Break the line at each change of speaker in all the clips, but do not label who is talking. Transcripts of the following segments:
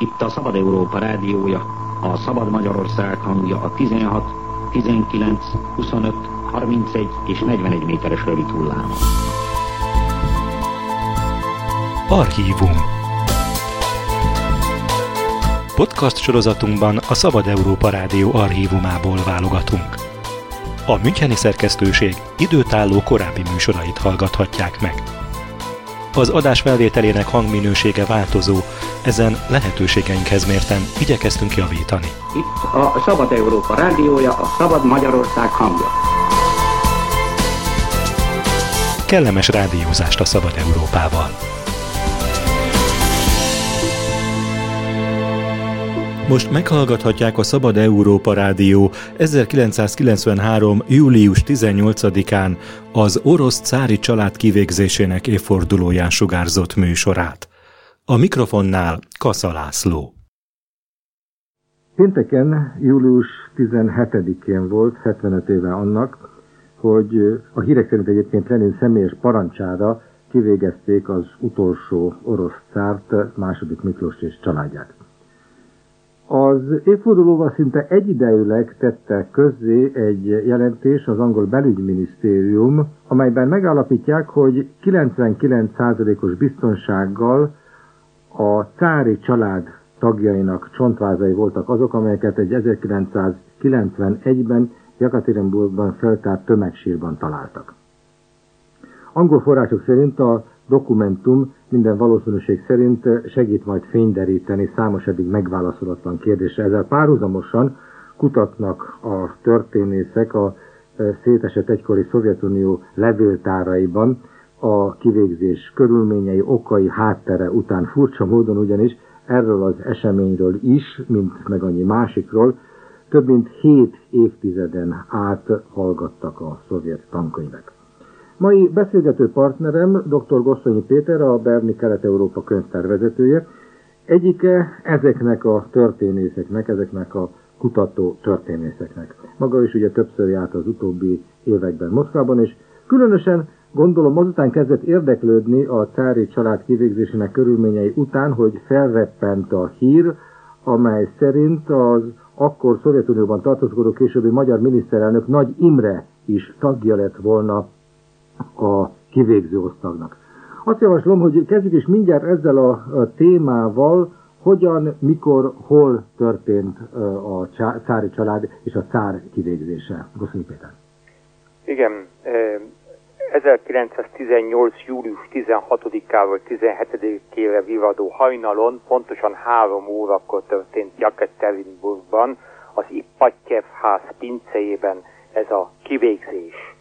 Itt a Szabad Európa rádiója, a Szabad Magyarország hangja a 16, 19, 25, 31 és 41 méteres rövid hullámon.
Archívum. Podcast sorozatunkban a Szabad Európa Rádió archívumából válogatunk. A müncheni szerkesztőség időtálló korábbi műsorait hallgathatják meg. Az adás felvételének hangminősége változó, ezen lehetőségeinkhez mérten igyekeztünk javítani.
Itt a Szabad Európa rádiója, a Szabad Magyarország hangja.
Kellemes rádiózást a Szabad Európával! Most meghallgathatják a Szabad Európa Rádió 1993. július 18-án az orosz cári család kivégzésének évfordulóján sugárzott műsorát. A mikrofonnál Kassa László.
Pénteken, július 17-én volt 75 éve annak, hogy a hírek szerint egyébként Lenin személyes parancsára kivégezték az utolsó orosz cárt, II. Miklóst és családját. Az évfordulóval szinte egyidejűleg tette közzé egy jelentés az angol belügyminisztérium, amelyben megállapítják, hogy 99%-os biztonsággal a cári család tagjainak csontvázai voltak azok, amelyeket egy 1991-ben Jekaterinburgban feltárt tömegsírban találtak. Angol források szerint a dokumentum minden valószínűség szerint segít majd fényderíteni számos eddig megválaszolatlan kérdésre. Ezzel párhuzamosan kutatnak a történészek a szétesett egykori Szovjetunió levéltáraiban a kivégzés körülményei, okai, háttere után. Furcsa módon ugyanis erről az eseményről is, mint meg annyi másikról, több mint 7 évtizeden át hallgattak a szovjet tankönyvek. Mai beszélgető partnerem dr. Gosszonyi Péter, a Berni Kelet-Európa könyvtár vezetője. Egyike ezeknek a történészeknek, ezeknek a kutató történészeknek. Maga is ugye többször járt az utóbbi években Moszkvában, és különösen gondolom azután kezdett érdeklődni a cári család kivégzésének körülményei után, hogy felreppent a hír, amely szerint az akkor Szovjetunióban tartózkodó későbbi magyar miniszterelnök Nagy Imre is tagja lett volna a kivégző osztagnak. Azt javaslom, hogy kezdjük is mindjárt ezzel a témával, hogyan, mikor, hol történt a cári család és a cár kivégzése. Gosszonyi Péter.
Igen, 1918. július 16-ával 17-ére vivadó hajnalon, pontosan 3 órakor történt Jekaterinburgban, az Ipatyev ház pincéjében ez a kivégzés.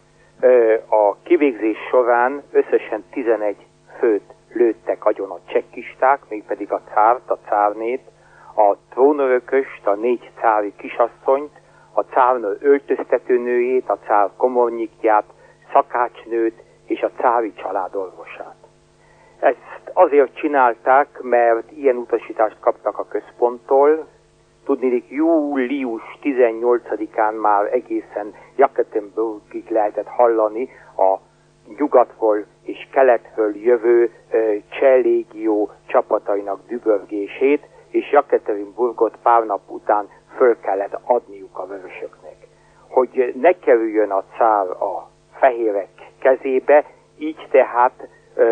A kivégzés során összesen 11 főt lőttek agyon a csekkisták, mégpedig a cárt, a cárnét, a trónörököst, a 4 cári kisasszonyt, a cárnő öltöztetőnőjét, a cár komornyikját, szakácsnőt és a cári család orvosát. Ezt azért csinálták, mert ilyen utasítást kaptak a központtól. Tudniillik, július 18-án már egészen Jekaterinburgig lehetett hallani a nyugatról és keletről jövő cseh légió csapatainak dübörgését, és Jekaterinburgot pár nap után föl kellett adniuk a vörösöknek. Hogy ne kerüljön a cár a fehérek kezébe, így tehát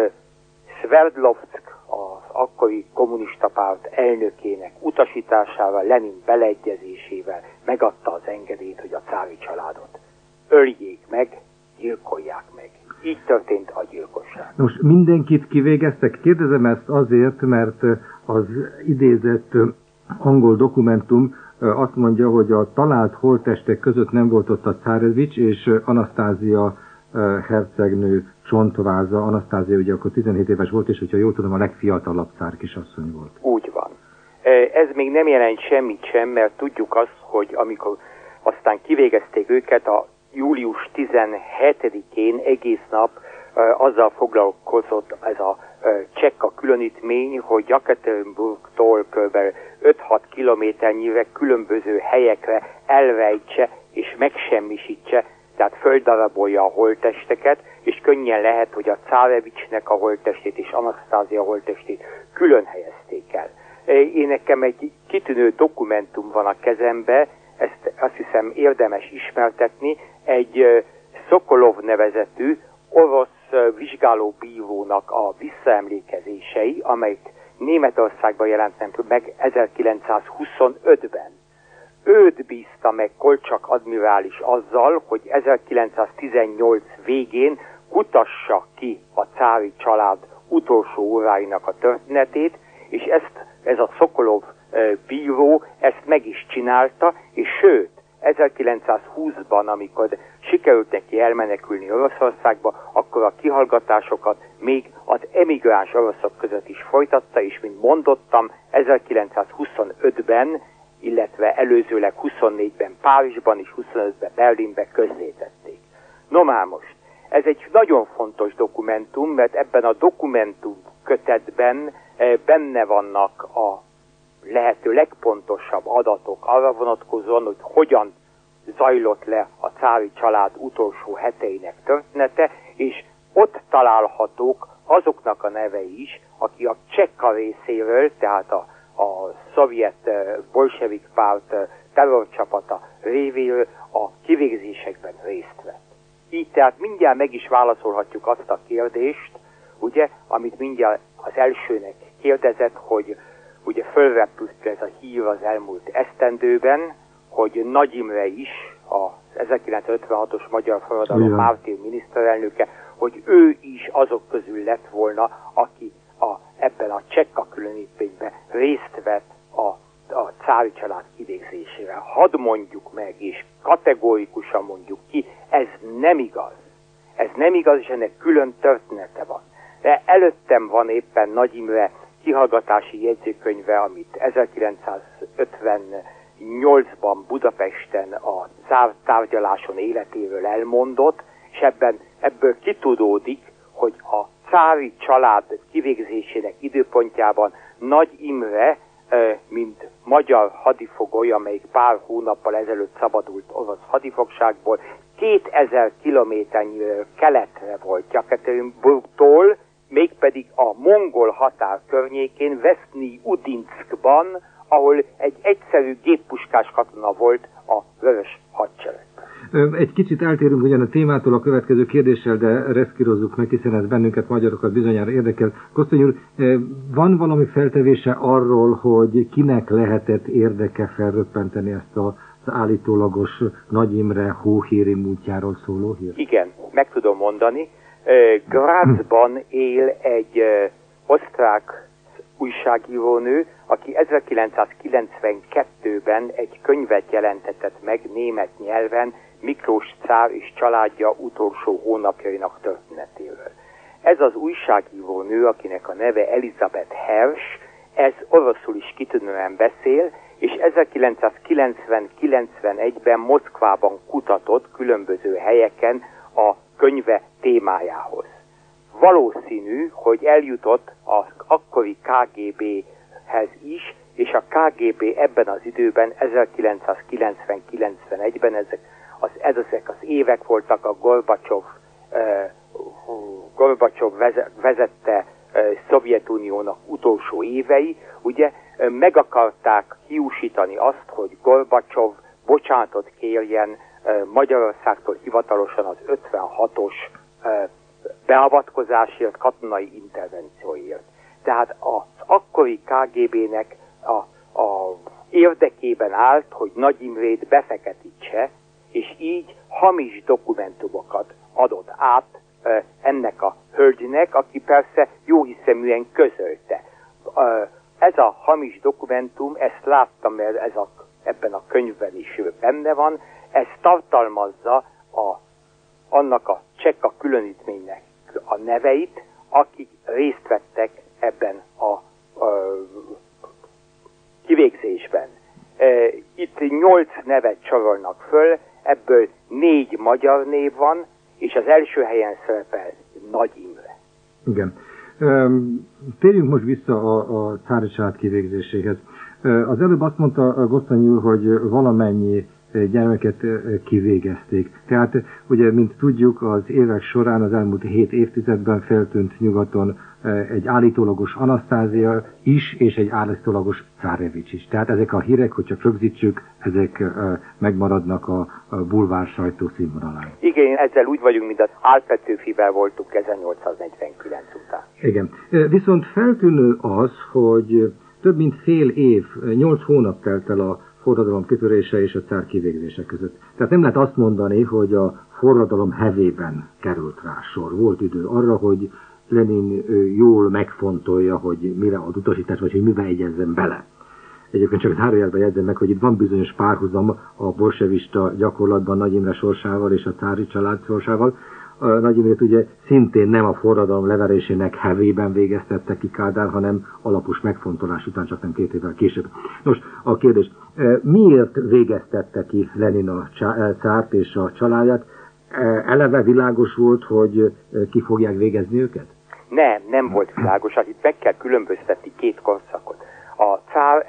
Szverdlovszk, az akkori kommunista párt elnökének utasításával, Lenin beleegyezésével megadta az engedélyt, hogy a cári családot öljék meg, gyilkolják meg. Így történt a gyilkosság.
Nos, mindenkit kivégeztek? Kérdezem ezt azért, mert az idézett angol dokumentum azt mondja, hogy a talált holttestek között nem volt ott a Cárevics és Anasztázia hercegnő csontváza. Anasztázia ugye akkor 17 éves volt, és hogyha jól tudom, a legfiatalabb cár kisasszony volt.
Úgy van. Ez még nem jelent semmit sem, mert tudjuk azt, hogy amikor aztán kivégezték őket, a július 17-én egész nap azzal foglalkozott ez a csekka különítmény, hogy Jekaterinburgtól kb. 5-6 kilométernyire különböző helyekre elrejtse és megsemmisítse, tehát földarabolja a holttesteket, és könnyen lehet, hogy a Cárevicsnek a holttestét és Anasztázia holttestét külön helyezték el. Én nekem egy kitűnő dokumentum van a kezembe, ezt azt hiszem érdemes ismertetni, egy Szokolov nevezetű orosz vizsgálóbírónak a visszaemlékezései, amelyek Németországban jelentnek meg 1925-ben. Őt bízta meg Kolcsak admirális azzal, hogy 1918 végén kutassa ki a cári család utolsó óráinak a történetét, és ez a Szokolov bíró ezt meg is csinálta, és sőt, 1920-ban, amikor sikerült neki elmenekülni Oroszországba, akkor a kihallgatásokat még az emigráns oroszok között is folytatta, és mint mondottam, 1925-ben, illetve előzőleg 24-ben Párizsban és 25-ben Berlinben közzétették. No már most, ez egy nagyon fontos dokumentum, mert ebben a dokumentum kötetben benne vannak a lehető legpontosabb adatok arra vonatkozóan, hogy hogyan zajlott le a cári család utolsó heteinek története, és ott találhatók azoknak a nevei is, aki a Csekka részéről, tehát a szovjet bolsevik párt terrorcsapata révéről a kivégzésekben részt vett. Így tehát mindjárt meg is válaszolhatjuk azt a kérdést, ugye, amit mindjárt az elsőnek kérdezett, hogy ugye fölrepült ez a hír az elmúlt esztendőben, hogy Nagy Imre is, az 1956-os magyar forradalom mártír miniszterelnöke, hogy ő is azok közül lett volna, aki ebben a Csekka különítményben részt vett a cári család kivégzésére. Hadd mondjuk meg, és kategórikusan mondjuk ki, ez nem igaz. Ez nem igaz, és ennek külön története van. De előttem van éppen Nagy Imre kihallgatási jegyzőkönyve, amit 1958-ban Budapesten a tárgyaláson életéről elmondott, és ebből kitudódik, hogy a cári család kivégzésének időpontjában Nagy Imre, mint magyar hadifogoly, amelyik pár hónappal ezelőtt szabadult orosz hadifogságból, 2000 kilométernyire keletre volt Jekaterinburgtól, mégpedig a mongol határ környékén, Veszny Udinszkban, ahol egy egyszerű géppuskás katona volt a vörös hadsereg.
Egy kicsit eltérünk ugyan a témától a következő kérdéssel, de reszkírozzuk meg, hiszen ez bennünket, magyarokat bizonyára érdekel. Kosztony úr, van valami feltevése arról, hogy kinek lehetett érdeke felröppenteni ezt az állítólagos Nagy Imre hóhéri múltjáról szóló hírt?
Igen, meg tudom mondani. Grazban él egy osztrák újságírónő, aki 1992-ben egy könyvet jelentetett meg német nyelven Miklós cár és családja utolsó hónapjainak történetéről. Ez az újságírónő, akinek a neve Elizabeth Hersch, ez oroszul is kitűnően beszél, és 1990-91-ben Moszkvában kutatott különböző helyeken a könyve témájához. Valószínű, hogy eljutott az akkori KGB-hez is, és a KGB ebben az időben, 1990-91-ben, ezek az évek voltak a Gorbacsov vezette Szovjetuniónak utolsó évei, ugye meg akarták hiúsítani azt, hogy Gorbacsov bocsánatot kérjen Magyarországtól hivatalosan az 56-os beavatkozásért, katonai intervencióért. Tehát az akkori KGB-nek a érdekében állt, hogy Nagy Imrét befeketítse, és így hamis dokumentumokat adott át ennek a hölgynek, aki persze jóhiszeműen közölte. Ez a hamis dokumentum, ezt láttam, mert ebben a könyvben is benne van, ez tartalmazza annak a Csekka különítménynek a neveit, akik részt vettek ebben a kivégzésben. Itt 8 nevet sorolnak föl, ebből 4 magyar név van, és az első helyen szerepel Nagy Imre.
Igen. Térjünk most vissza a cári család kivégzéséhez. Az előbb azt mondta Gosztonyi úr, hogy valamennyi gyermeket kivégezték. Tehát ugye, mint tudjuk, az évek során, az elmúlt 7 évtizedben feltűnt nyugaton egy állítólagos Anasztázia is, és egy állítólagos Cárevics is. Tehát ezek a hírek, hogy csak rögzítsük, ezek megmaradnak a bulvár sajtó színvonalán.
Igen, ezzel úgy vagyunk, mint az Álpetőfivel voltunk 1849 után.
Igen. Viszont feltűnő az, hogy több mint fél év, 8 hónap telt el a forradalom kitörése és a cár kivégzése között. Tehát nem lehet azt mondani, hogy a forradalom hevében került rá sor. Volt idő arra, hogy Lenin jól megfontolja, hogy mire ad utasítás, vagy hogy mivel egyezzen bele. Egyébként csak zárójelben jegyzem meg, hogy itt van bizonyos párhuzam a bolsevista gyakorlatban Nagy Imre sorsával és a cári család sorsával. Nagy Imrét ugye szintén nem a forradalom leverésének hevében végeztette ki Kádár, hanem alapos megfontolás után, csak nem 2 évvel később. Nos, a kérdés, miért végeztette ki Lenin a cárt és a családját? Eleve világos volt, hogy ki fogják végezni őket?
Nem volt világos. Itt meg kell különböztetni 2 korszakot. A cár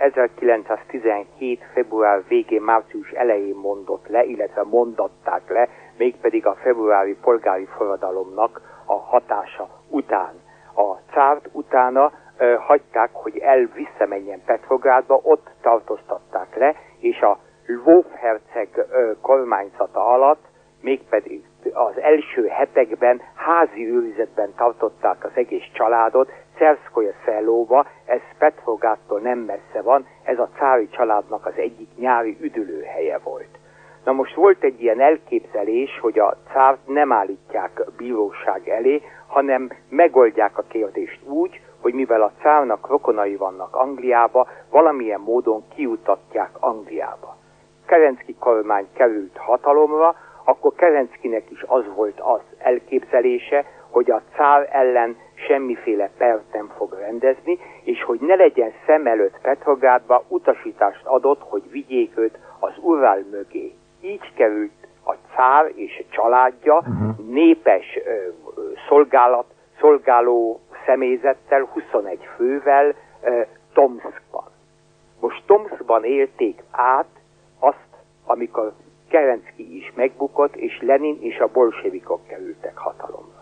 1917. február végén, március elején mondott le, illetve mondatták le, mégpedig a februári polgári forradalomnak a hatása után. A cárt utána hagyták, hogy visszamenjen Petrográdba, ott tartóztatták le, és a Lvov herceg kormányzata alatt mégpedig az első hetekben házi őrizetben tartották az egész családot, Szerszkoje Szelóba, ez Petrográdtól nem messze van, ez a cári családnak az egyik nyári üdülőhelye volt. Na most volt egy ilyen elképzelés, hogy a cárt nem állítják bíróság elé, hanem megoldják a kérdést úgy, hogy mivel a cárnak rokonai vannak Angliába, valamilyen módon kiutatják Angliába. Kerenczky kormány került hatalomra, akkor Kerenczkynek is az volt az elképzelése, hogy a cár ellen semmiféle pert nem fog rendezni, és hogy ne legyen szem előtt Petrográdba, utasítást adott, hogy vigyék őt az Urál mögé. Így került a cár és a családja népes szolgáló személyzettel, 21 fővel Tomskban. Most Tomskban élték át azt, amikor Kerenczky is megbukott, és Lenin és a bolsevikok kerültek hatalomra.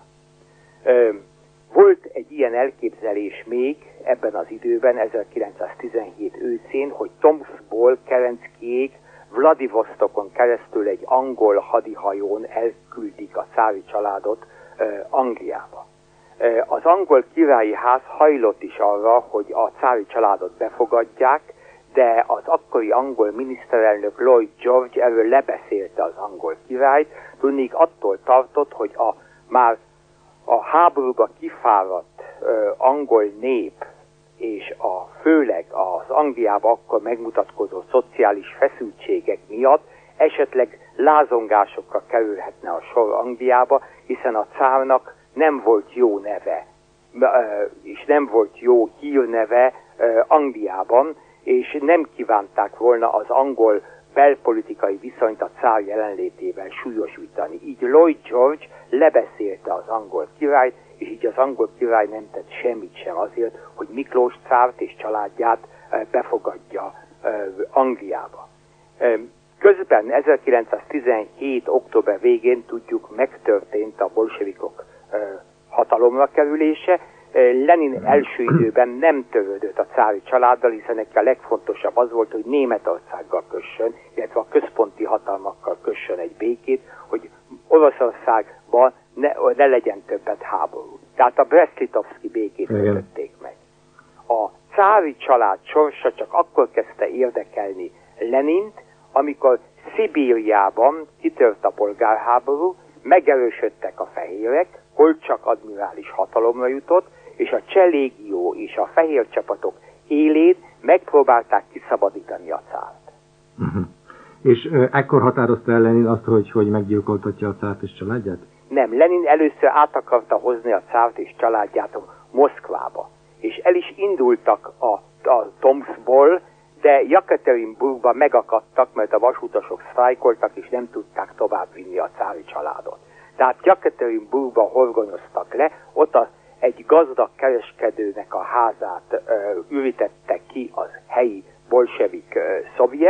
Volt egy ilyen elképzelés még ebben az időben, 1917 őszén, hogy Tomskból Kerenczkyék Vladivostokon keresztül egy angol hadihajón elküldik a cári családot Angliába. Az angol királyi ház hajlott is arra, hogy a cári családot befogadják, de az akkori angol miniszterelnök Lloyd George erről lebeszélte az angol királyt, tudnék attól tartott, hogy már a háborúba kifáradt angol nép és főleg az Angliában akkor megmutatkozó szociális feszültségek miatt esetleg lázongásokra kerülhetne a sor Angliába, hiszen a cárnak nem volt jó neve, és nem volt jó hírneve Angliában, és nem kívánták volna az angol belpolitikai viszonyt a cár jelenlétével súlyosítani. Így Lloyd George lebeszélte az angol királyt, és így az angol király nem tett semmit sem azért, hogy Miklós cárt és családját befogadja Angliába. Közben 1917. október végén tudjuk, megtörtént a bolsevikok hatalomra kerülése. Lenin első időben nem törődött a cári családdal, hiszen neki a legfontosabb az volt, hogy Németországgal kössön, illetve a központi hatalmakkal kössön egy békét, hogy Oroszországban ne legyen többet háború. Tehát a Brest-Litovszki békét kötötték meg. A cári család sorsa csak akkor kezdte érdekelni Lenint, amikor Szibériában kitört a polgárháború, megerősödtek a fehérek, Kolcsak admirális hatalomra jutott, és a cseh légió és a fehér csapatok élén megpróbálták kiszabadítani a cárt.
És ekkor határozta el Lenin azt, hogy meggyilkoltatja a cárt és családját?
Nem, Lenin először át akarta hozni a cárt és családját Moszkvába. És el is indultak a Tomskból, de Jekaterinburgban megakadtak, mert a vasutasok sztrájkoltak, és nem tudták továbbvinni a cári családot. Tehát Jekaterinburgban horgonyoztak le, ott egy gazdag kereskedőnek a házát ürítette ki az helyi bolsevik szovjet,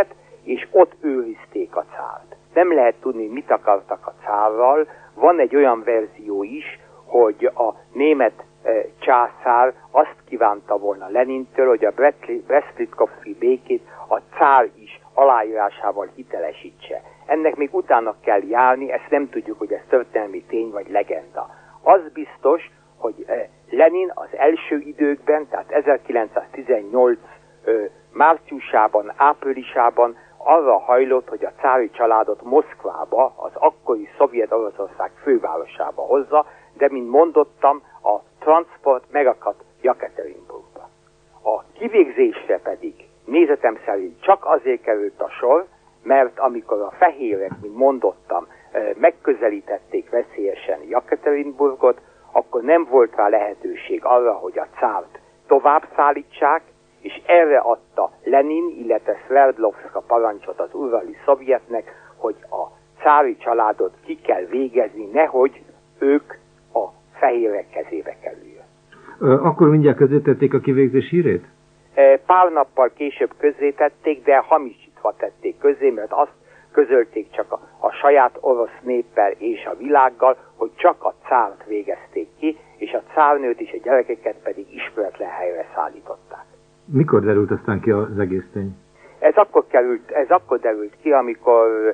és ott őrizték a cárt. Nem lehet tudni, mit akartak a cárral. Van egy olyan verzió is, hogy a német császár azt kívánta volna Lenintől, hogy a Brest-Litovszki békét a cár is aláírásával hitelesítse. Ennek még utána kell járni, ezt nem tudjuk, hogy ez történelmi tény vagy legenda. Az biztos, hogy Lenin az első időkben, tehát 1918 márciusában, áprilisában arra hajlott, hogy a cári családot Moszkvába, az akkori Szovjet-Oroszország fővárosába hozza, de mint mondottam, a transport megakadt Jekaterinburgba. A kivégzésre pedig nézetem szerint csak azért került a sor, mert amikor a fehérek, mint mondottam, megközelítették veszélyesen Jekaterinburgot, akkor nem volt rá lehetőség arra, hogy a cárt tovább szállítsák, és erre adta Lenin, illetve Sverdlovszka parancsot az urali szovjetnek, hogy a cári családot ki kell végezni, nehogy ők a fehérek kezébe kerüljön.
Akkor mindjárt közzétették a kivégzés hírét?
Pár nappal később közzétették, de hamisítva tették közzé, mert azt közölték csak a saját orosz néppel és a világgal, hogy csak a cárt végezték ki, és a cárnőt és a gyerekeket pedig ismeretlen helyre szállították.
Mikor derült aztán ki az egész tény?
Ez akkor derült ki, amikor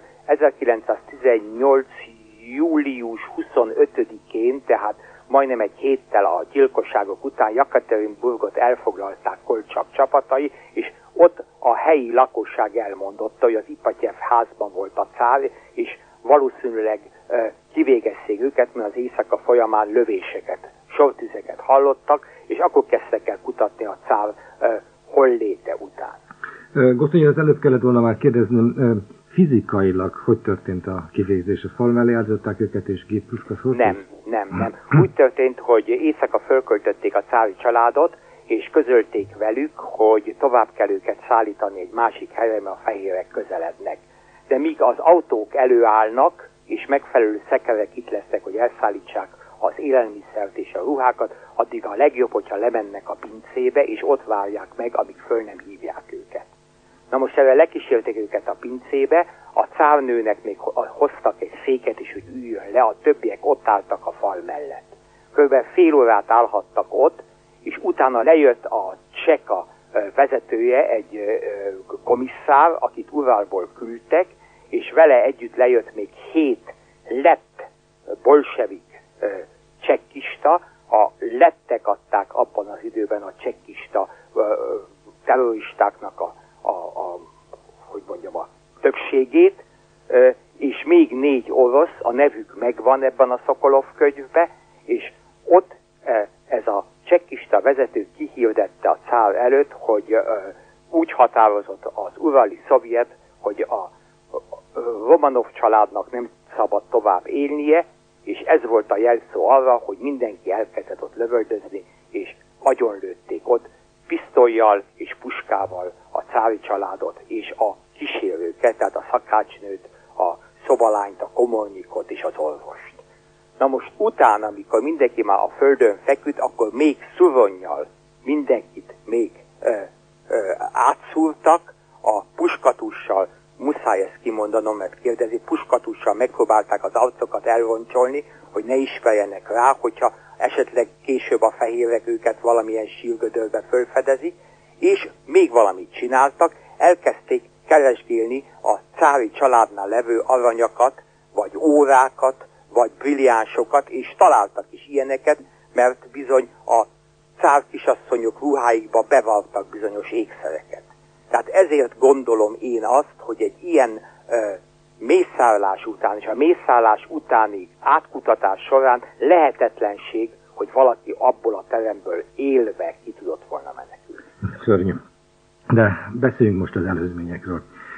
1918. július 25-én, tehát majdnem egy héttel a gyilkosságok után Jekaterinburgot elfoglalták Kolcsak csapatai, és ott a helyi lakosság elmondotta, hogy az Ipatyev házban volt a cár, és valószínűleg kivégezték őket, mert az éjszaka folyamán lövéseket, sortüzeket hallottak, és akkor kezdtek el kutatni a cár holléte után.
Gosztonyi, az előbb kellett volna már kérdeznem, fizikailag hogy történt a kivégzés? A fal mellé állították őket és géppuska sortűz?
Nem. Úgy történt, hogy éjszaka fölköltötték a cári családot, és közölték velük, hogy tovább kell őket szállítani egy másik helyre, mert a fehérek közelednek. De míg az autók előállnak, és megfelelő szekerek itt lesznek, hogy elszállítsák az élelmiszert és a ruhákat, addig a legjobb, hogyha lemennek a pincébe, és ott várják meg, amíg föl nem hívják őket. Na most erre lekísérték őket a pincébe, a cárnőnek még hoztak egy széket is, hogy üljön le, a többiek ott álltak a fal mellett. Körülbelül fél órát állhattak ott, és utána lejött a Cseka vezetője, egy komisszár, akit Uralból küldtek, és vele együtt lejött még 7 lett bolsevik csekkista. A lettek adták abban az időben a csekkista terroristáknak a többségét, és még 4 orosz, a nevük megvan ebben a Szokolov könyvben, és ott ez a csekkista vezető kihirdette a cár előtt, hogy úgy határozott az urali szovjet, hogy a Romanov családnak nem szabad tovább élnie, és ez volt a jelszó arra, hogy mindenki elkezdett ott lövöldözni, és agyonlőtték ott pisztollyal és puskával a cári családot és a kísérőket, tehát a szakácsnőt, a szobalányt, a komornyikot és az orvost. Na most utána, amikor mindenki már a földön feküdt, akkor még szuronnyal mindenkit még átszúrtak, a puskatussal, muszáj ezt kimondanom, mert kérdezi, puskatussal megpróbálták az arcokat elroncsolni, hogy ne ismerjenek rá, hogyha esetleg később a fehérek őket valamilyen sírgödörbe fölfedezik, és még valamit csináltak, elkezdték keresgélni a cári családnál levő aranyakat, vagy órákat, vagy brilliánsokat, és találtak is ilyeneket, mert bizony a cár kisasszonyok ruháikba bevartak bizonyos ékszereket. Tehát ezért gondolom én azt, hogy egy ilyen mészárlás után, és a mészárlás utáni átkutatás során lehetetlenség, hogy valaki abból a teremből élve ki tudott volna menekülni.
Szörnyű. De beszéljünk most az előzményekről.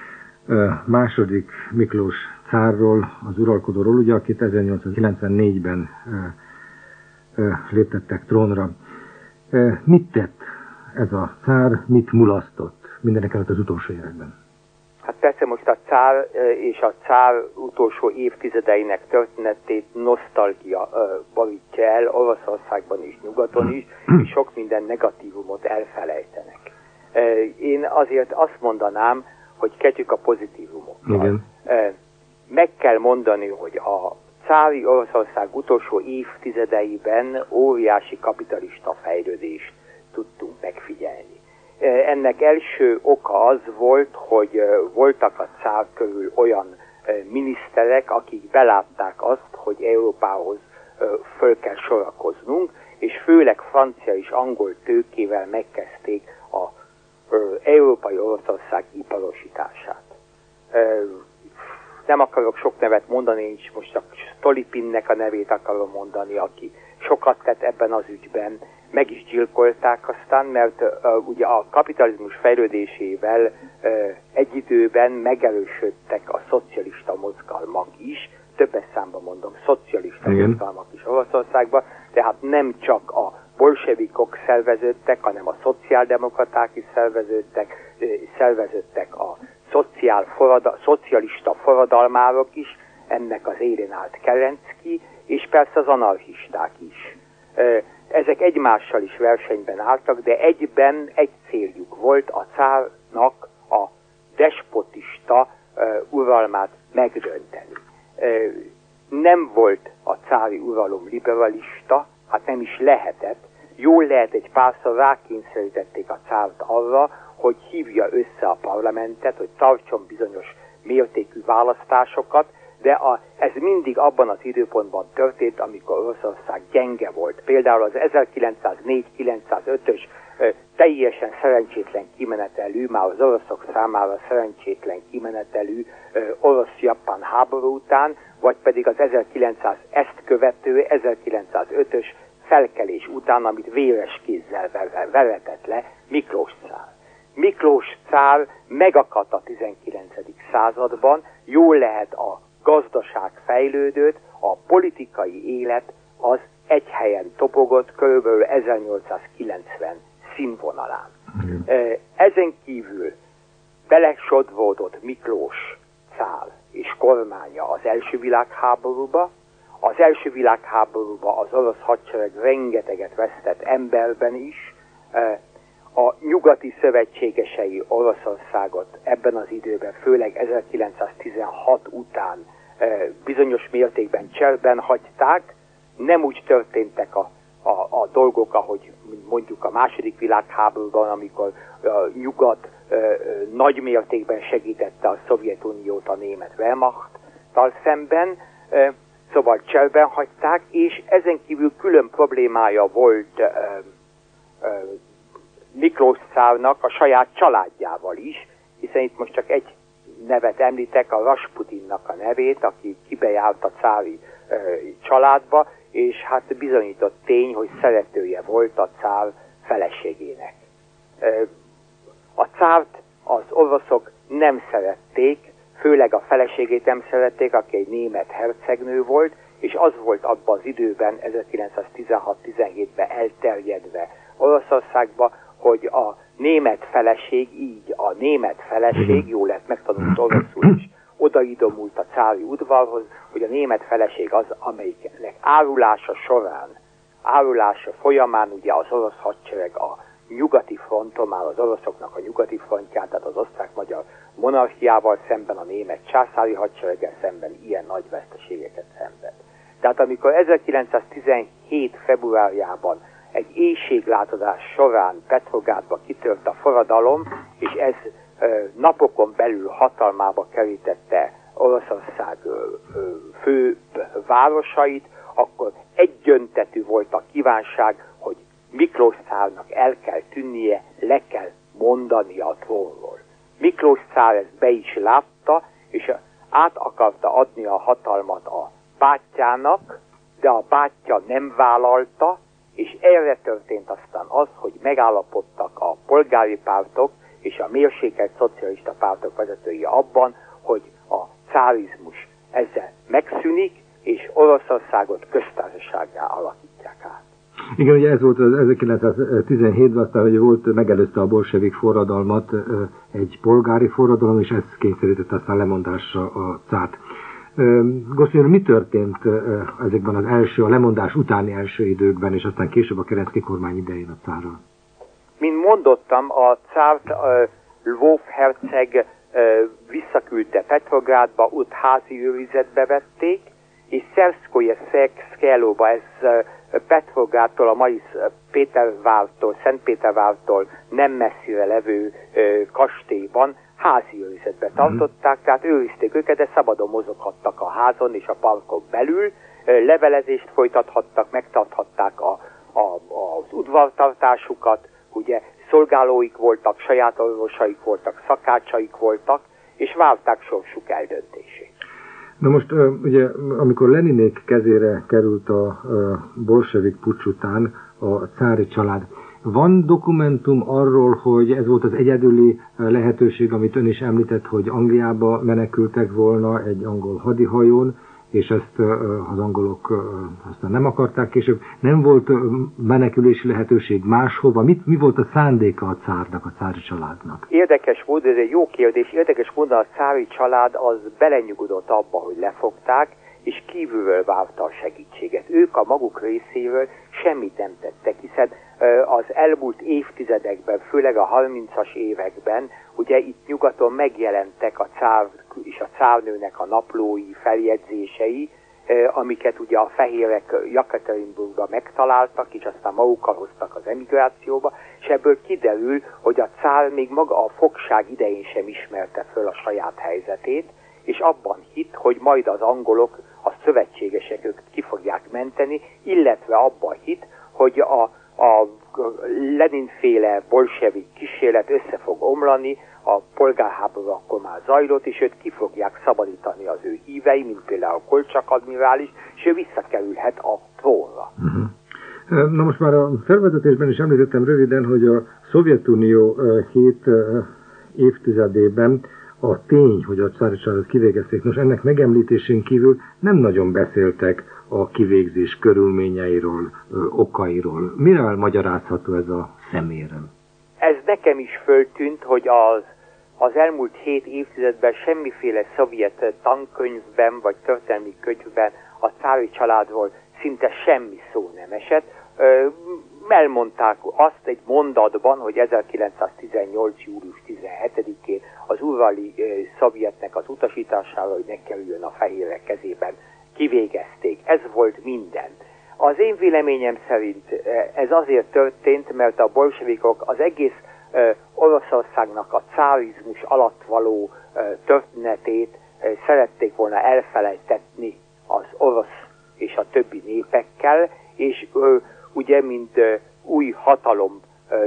Második Miklós cárról, az uralkodóról, ugye, akit 1894-ben léptettek trónra. Mit tett ez a cár, mit mulasztott mindenekelőtt az utolsó években?
Hát persze most a cár és a cár utolsó évtizedeinek történetét nosztalgia borítja el Oroszországban és nyugaton is, és sok minden negatívumot elfelejtenek. Én azért azt mondanám, hogy kezdjük a pozitívumokkal.
Igen.
Meg kell mondani, hogy a cári Oroszország utolsó évtizedeiben óriási kapitalista fejlődést tudtunk megfigyelni. Ennek első oka az volt, hogy voltak a cár körül olyan miniszterek, akik belátták azt, hogy Európához föl kell sorakoznunk, és főleg francia és angol tőkével megkezdték az európai Oroszország iparosítását. Nem akarok sok nevet mondani, én is most csak Stolypinnek a nevét akarom mondani, aki sokat tett ebben az ügyben, meg is gyilkolták aztán, mert ugye a kapitalizmus fejlődésével egy időben megerősödtek a szocialista mozgalmak is, többes számban mondom, szocialista mozgalmak is Oroszországban, tehát nem csak a bolsevikok szerveződtek, hanem a szociáldemokraták is szerveződtek a szocialista forradalmárok is, ennek az élén állt Kerenszky, és persze az anarchisták is. Ezek egymással is versenyben álltak, de egyben egy céljuk volt a cárnak a despotista uralmát megdönteni. Nem volt a cári uralom liberalista, hát nem is lehetett. Jól lehet, egy párszor rákényszerítették a cárt arra, hogy hívja össze a parlamentet, hogy tartson bizonyos mértékű választásokat, de ez mindig abban az időpontban történt, amikor Oroszország gyenge volt. Például az 1904-905-ös teljesen szerencsétlen kimenetelű, már az oroszok számára szerencsétlen kimenetelű orosz-japán háború után, vagy pedig az ezt követő 1905-ös felkelés után, amit véres kézzel veretett le Miklós cár. Miklós cár megakadt a 19. században, jól lehet a gazdaság fejlődött, a politikai élet az egy helyen topogott, körülbelül 1890 színvonalán. Ezen kívül belesodródott Miklós cár és kormánya az első világháborúba. Az első világháborúba az orosz hadsereg rengeteget vesztett emberben is. A nyugati szövetségesei Oroszországot ebben az időben, főleg 1916 után bizonyos mértékben cserben hagyták. Nem úgy történtek a dolgok, ahogy mondjuk a második világháborúban, amikor a nyugat nagy mértékben segítette a Szovjetuniót a német Wehrmachttal szemben, szóval cserben hagyták, és ezen kívül külön problémája volt Miklós cárnak a saját családjával is, hiszen itt most csak egy nevet említek, a Rasputinnak a nevét, aki kibejárt a cári családba, és hát bizonyított tény, hogy szeretője volt a cár feleségének. A cárt az oroszok nem szerették, főleg a feleségét nem szerették, aki egy német hercegnő volt, és az volt abban az időben, 1916-17-ben elterjedve Oroszországba, hogy a német feleség, jól lett megtanult oroszul is, odaidomult a cári udvarhoz, hogy a német feleség az, amelyiknek árulása folyamán ugye az orosz hadsereg a nyugati fronton, már az oroszoknak a nyugati frontján, tehát az osztrák-magyar monarchiával szemben, a német császári hadsereggel szemben ilyen nagy veszteségeket szenved. Tehát amikor 1917. februárjában egy éhséglátodás során Petrográdba kitört a forradalom, és ez napokon belül hatalmába kerítette Oroszország fő városait, akkor egyöntetű volt a kívánság, hogy Miklós cárnak el kell tűnnie, le kell mondani a trónról. Miklós cár ezt be is látta, és át akarta adni a hatalmat a bátyjának, de a bátyja nem vállalta, és erre történt aztán az, hogy megállapodtak a polgári pártok és a mérsékelt szocialista pártok vezetői abban, hogy a cárizmus ezzel megszűnik, és Oroszországot köztársasággá alakítják át.
Igen, ugye ez volt az 1917-ben, aztán hogy volt, megelőzte a bolsevik forradalmat egy polgári forradalom, és ez kényszerítette aztán lemondásra a cárt. Gosszony, mi történt ezekben az a lemondás utáni első időkben, és aztán később a Kerenszky kormány idején a cárral?
Mint mondottam, a cárt Lvov herceg visszaküldte Petrográdba, ott házi őrizetbe vették, és Szerszkoje-Szkelóba, ez Petrográdtól, a mai Szentpétervártól nem messzire levő kastélyban házi őrizetbe tartották, tehát őrizték őket, de szabadon mozoghattak a házon és a parkon belül, levelezést folytathattak, megtarthatták az udvartartásukat, ugye szolgálóik voltak, saját orvosaik voltak, szakácsaik voltak, és várták sorsuk eldöntését.
Na most ugye, amikor Leninék kezére került a bolsevik puccs után a cári család, van dokumentum arról, hogy ez volt az egyedüli lehetőség, amit ön is említett, hogy Angliába menekültek volna egy angol hadihajón, és ezt az angolok aztán nem akarták később. Nem volt menekülési lehetőség máshova? Mi volt a szándéka a cárnak, a cári családnak?
Érdekes volt, ez egy jó kérdés. Érdekes módon a cári család az belenyugodott abba, hogy lefogták, és kívülről várta a segítséget. Ők a maguk részéről semmit nem tettek, hiszen az elmúlt évtizedekben, főleg a 30-as években, ugye itt nyugaton megjelentek a cár és a cárnőnek a naplói, feljegyzései, amiket ugye a fehérek Jekaterinburgban megtaláltak, és aztán magukkal hoztak az emigrációba, és ebből kiderül, hogy a cár még maga a fogság idején sem ismerte föl a saját helyzetét, és abban hitt, hogy majd az angolok, a szövetségesek őket ki fogják menteni, illetve abban hitt, hogy a Lenin-féle bolsevik kísérlet össze fog omlani, a polgárháború akkor már zajlott, és őt ki fogják szabadítani az ő hívei, mint például Kolcsak admirális, és ő visszakerülhet a trónra.
Na most már a felvezetésben is említettem röviden, hogy a Szovjetunió 7 évtizedében a tény, hogy a cári családot kivégezték, most ennek megemlítésén kívül nem nagyon beszéltek a kivégzés körülményeiről, okairól. Mire magyarázható ez a szemérem?
Ez nekem is föltűnt, hogy az elmúlt 7 évtizedben semmiféle szovjet tankönyvben vagy történelmi könyvben a cári családról szinte semmi szó nem esett. Elmondták azt egy mondatban, hogy 1918. július 17-én az urali szovjetnek az utasítására, hogy ne kerüljön a fehérek kezében, kivégezték. Ez volt minden. Az én véleményem szerint ez azért történt, mert a bolsevikok az egész Oroszországnak a cárizmus alatt való történetét szerették volna elfelejtetni az orosz és a többi népekkel, és ugye, mint új hatalom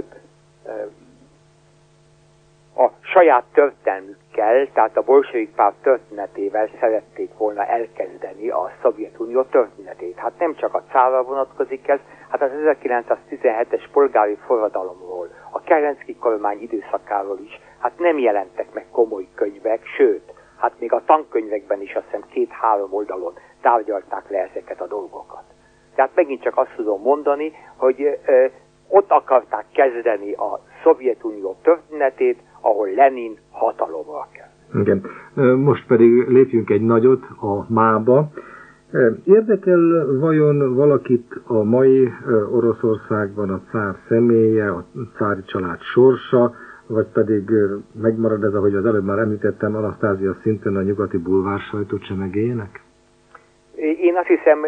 a saját történelmükkel, tehát a bolsevik párt történetével szerették volna elkezdeni a Szovjetunió történetét. Hát nem csak a cárra vonatkozik ez, hát az 1917-es polgári forradalomról, a Kerenszky kormány időszakáról is, hát nem jelentek meg komoly könyvek, sőt, hát még a tankönyvekben is azt hiszem 2-3 oldalon tárgyalták le ezeket a dolgokat. Tehát megint csak azt tudom mondani, hogy ott akarták kezdeni a Szovjetunió történetét, ahol Lenin hatalomra kell.
Igen. Most pedig lépjünk egy nagyot a mába. Érdekel vajon valakit a mai Oroszországban a cár személye, a cári család sorsa, vagy pedig megmarad ez, ahogy az előbb már említettem, Anasztázia szinten a nyugati bulvár sajtócsemegének?
Én azt hiszem,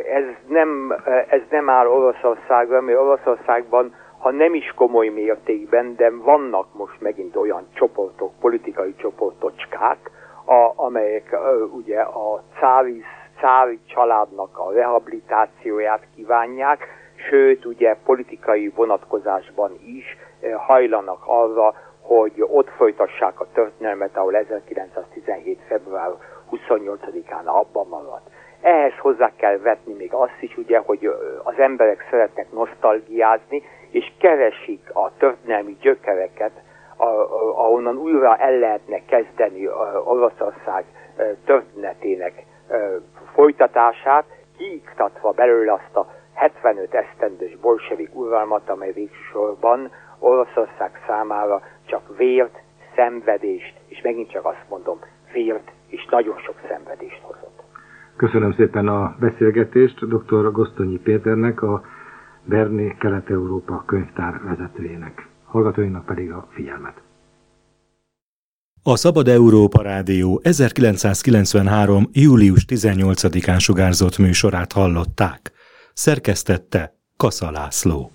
ez nem áll Oroszországra, mert Oroszországban, ha nem is komoly mértékben, de vannak most megint olyan csoportok, politikai csoportocskák, amelyek ugye a cári családnak a rehabilitációját kívánják, sőt, ugye politikai vonatkozásban is hajlanak arra, hogy ott folytassák a történelmet, ahol 1917. február 28-án abban maradt. Ehhez hozzá kell vetni még azt is, ugye, hogy az emberek szeretnek nosztalgiázni, és keresik a történelmi gyökereket, ahonnan újra el lehetne kezdeni Oroszország történetének folytatását, kiiktatva belőle azt a 75 esztendős bolsevik uralmat, amely végsősorban Oroszország számára csak vért, szenvedést, és megint csak azt mondom, vért és nagyon sok szenvedést hozott.
Köszönöm szépen a beszélgetést dr. Gosztonyi Péternek, a Berni Kelet-Európa könyvtár vezetőjének. Hallgatóinknak pedig a figyelmet.
A Szabad Európa Rádió 1993. július 18-án sugárzott műsorát hallották. Szerkesztette Kassa László.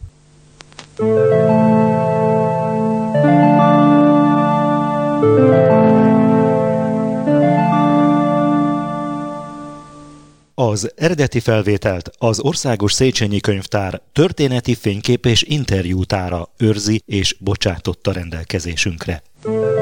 Az eredeti felvételt az Országos Széchenyi Könyvtár történeti fénykép és interjútára őrzi és bocsátotta rendelkezésünkre.